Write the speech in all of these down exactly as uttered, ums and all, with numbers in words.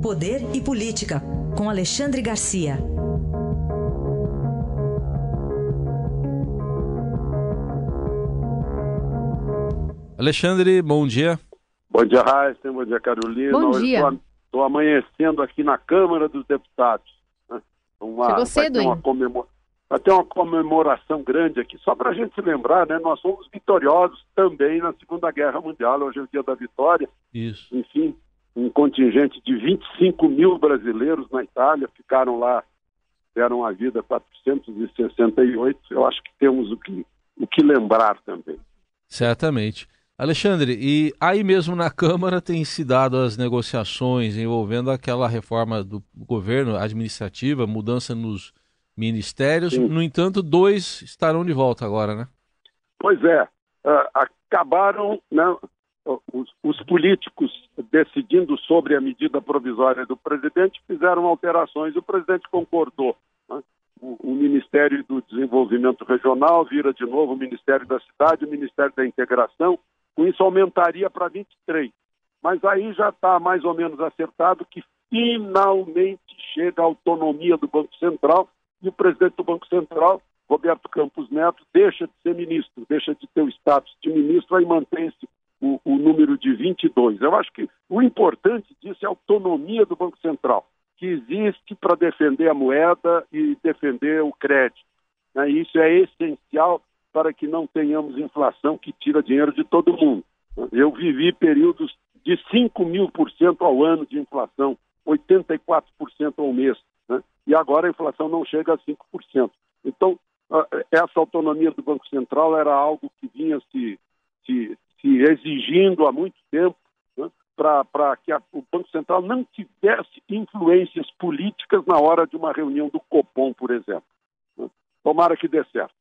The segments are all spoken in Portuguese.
Poder e Política, com Alexandre Garcia. Alexandre, bom dia. Bom dia, Raíssa. Bom dia, Carolina. Bom dia. Estou amanhecendo aqui na Câmara dos Deputados. Né? Uma, Chegou cedo, vai ter hein? uma comemora... Vai ter uma comemoração grande aqui, só para a gente se lembrar, né? Nós fomos vitoriosos também na Segunda Guerra Mundial. Hoje é o dia da vitória. Isso. Enfim, um contingente de vinte e cinco mil brasileiros na Itália ficaram lá, deram a vida quatrocentos e sessenta e oito. Eu acho que temos o que, o que lembrar também. Certamente. Alexandre, e aí mesmo na Câmara tem se dado as negociações envolvendo aquela reforma do governo administrativa, mudança nos ministérios. Sim. No entanto, dois estarão de volta agora, né? Pois é. Uh, acabaram, né, os, os políticos decidindo sobre a medida provisória do presidente, fizeram alterações. O presidente concordou. Né? O, o Ministério do Desenvolvimento Regional vira de novo o Ministério da Cidade, o Ministério da Integração. Com isso aumentaria para vinte e três. Mas aí já está mais ou menos acertado que finalmente chega a autonomia do Banco Central e o presidente do Banco Central, Roberto Campos Neto, deixa de ser ministro, deixa de ter o status de ministro, aí mantém-se o, o número de vinte e dois. Eu acho que o importante disso é a autonomia do Banco Central, que existe para defender a moeda e defender o crédito. Né? Isso é essencial para que não tenhamos inflação que tira dinheiro de todo mundo. Eu vivi períodos de cinco mil por cento ao ano de inflação, oitenta e quatro por cento ao mês, né? E agora a inflação não chega a cinco por cento. Então, essa autonomia do Banco Central era algo que vinha se, se, se exigindo há muito tempo, né? Para que a, o Banco Central não tivesse influências políticas na hora de uma reunião do Copom, por exemplo. Né? Tomara que dê certo.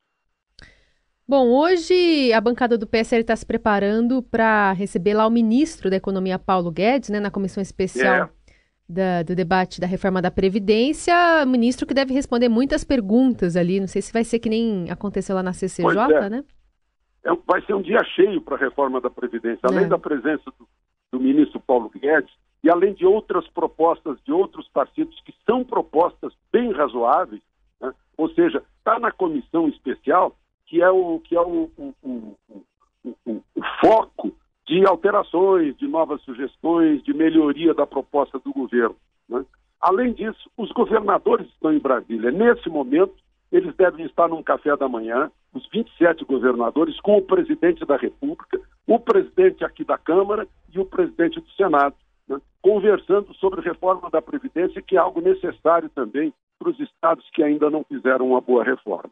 Bom, hoje a bancada do P S L está se preparando para receber lá o ministro da Economia, Paulo Guedes, né, na comissão especial é. da, do debate da reforma da Previdência. Ministro que deve responder muitas perguntas ali. Não sei se vai ser que nem aconteceu lá na C C J, é. né? É, vai ser um dia cheio para a reforma da Previdência. Além é. da presença do, do ministro Paulo Guedes e além de outras propostas de outros partidos que são propostas bem razoáveis, né? Ou seja, está na comissão especial que é o, que é o, o, o, o, o, o foco de alterações, de novas sugestões, de melhoria da proposta do governo. Né? Além disso, os governadores estão em Brasília. Nesse momento, eles devem estar num café da manhã, os vinte e sete governadores, com o presidente da República, o presidente aqui da Câmara e o presidente do Senado, né? Conversando sobre reforma da Previdência, que é algo necessário também para os estados que ainda não fizeram uma boa reforma.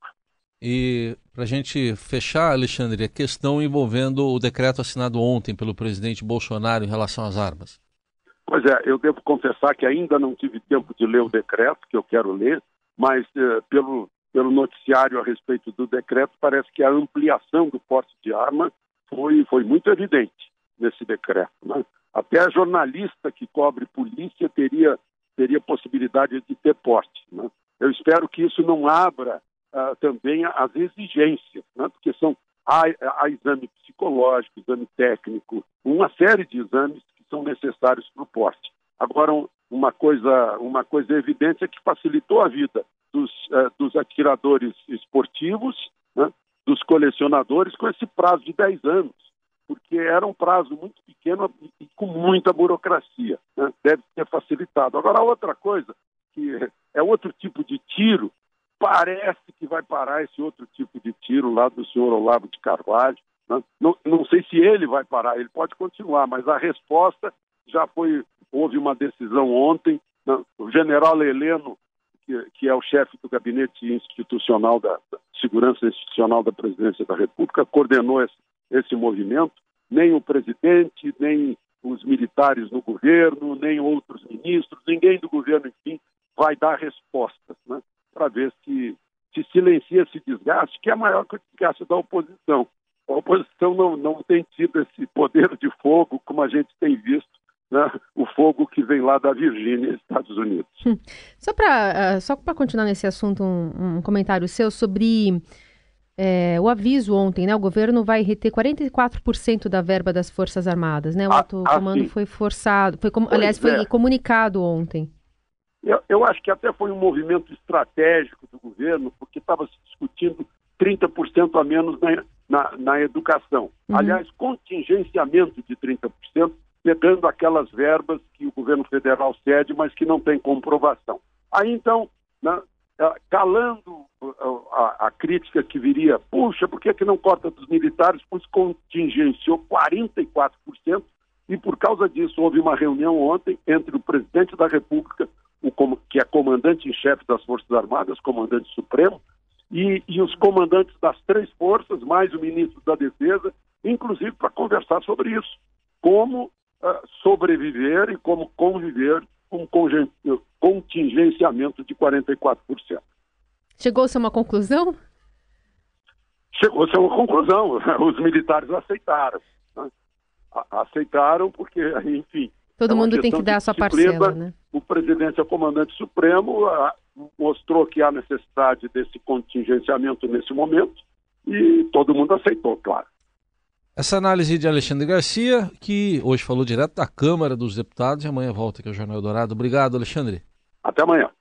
E para a gente fechar, Alexandre, a questão envolvendo o decreto assinado ontem pelo presidente Bolsonaro em relação às armas. Pois é, eu devo confessar que ainda não tive tempo de ler o decreto, que eu quero ler, mas eh, pelo, pelo noticiário a respeito do decreto, parece que a ampliação do porte de arma foi, foi muito evidente nesse decreto. Né? Até a jornalista que cobre polícia teria, teria possibilidade de ter porte. Né? Eu espero que isso não abra Uh, também as exigências, né? Porque são, há, há exame psicológico, exame técnico, uma série de exames que são necessários para o porte. Agora, uma coisa, uma coisa evidente é que facilitou a vida dos, uh, dos atiradores esportivos, né? Dos colecionadores, com esse prazo de dez anos, porque era um prazo muito pequeno e com muita burocracia, né? Deve ser facilitado. Agora, outra coisa, que é outro tipo de tiro, parece que vai parar esse outro tipo de tiro lá do senhor Olavo de Carvalho. Né? Não, não sei se ele vai parar, ele pode continuar, mas a resposta já foi, houve uma decisão ontem, né? O general Heleno, que, que é o chefe do gabinete institucional da, da segurança institucional da Presidência da República, coordenou esse, esse movimento. Nem o presidente, nem os militares no governo, nem outros ministros, ninguém do governo, enfim, vai dar respostas, né? Para ver se se silencia esse desgaste, que é maior que o desgaste da oposição. A oposição não, não tem tido esse poder de fogo, como a gente tem visto, né? O fogo que vem lá da Virgínia, Estados Unidos. Hum. Só para uh, só para continuar nesse assunto, um, um comentário seu sobre é, o aviso ontem, né? O governo vai reter quarenta e quatro por cento da verba das Forças Armadas, né? O alto ah, comando sim. foi forçado, foi, aliás, foi é. comunicado ontem. Eu, eu acho que até foi um movimento estratégico do governo, porque estava se discutindo trinta por cento a menos na, na, na educação. Uhum. Aliás, contingenciamento de trinta por cento, pegando aquelas verbas que o governo federal cede, mas que não tem comprovação. Aí, então, né, calando a, a crítica que viria, puxa, por que, que não corta dos militares? Pois contingenciou quarenta e quatro por cento, e por causa disso houve uma reunião ontem entre o presidente da República, o, que é comandante em chefe das Forças Armadas, comandante supremo, e, e os comandantes das três forças, mais o ministro da Defesa, inclusive para conversar sobre isso. Como uh, sobreviver e como conviver com um contingenciamento de quarenta e quatro por cento. Chegou-se a uma conclusão? Chegou-se a uma conclusão. Os militares aceitaram. Né? Aceitaram porque, enfim... Todo é mundo tem que dar a sua parcela, né? O presidente é o comandante supremo, a, mostrou que há necessidade desse contingenciamento nesse momento e todo mundo aceitou, claro. Essa análise de Alexandre Garcia, que hoje falou direto da Câmara dos Deputados, e amanhã volta aqui ao Jornal Eldorado. Obrigado, Alexandre. Até amanhã.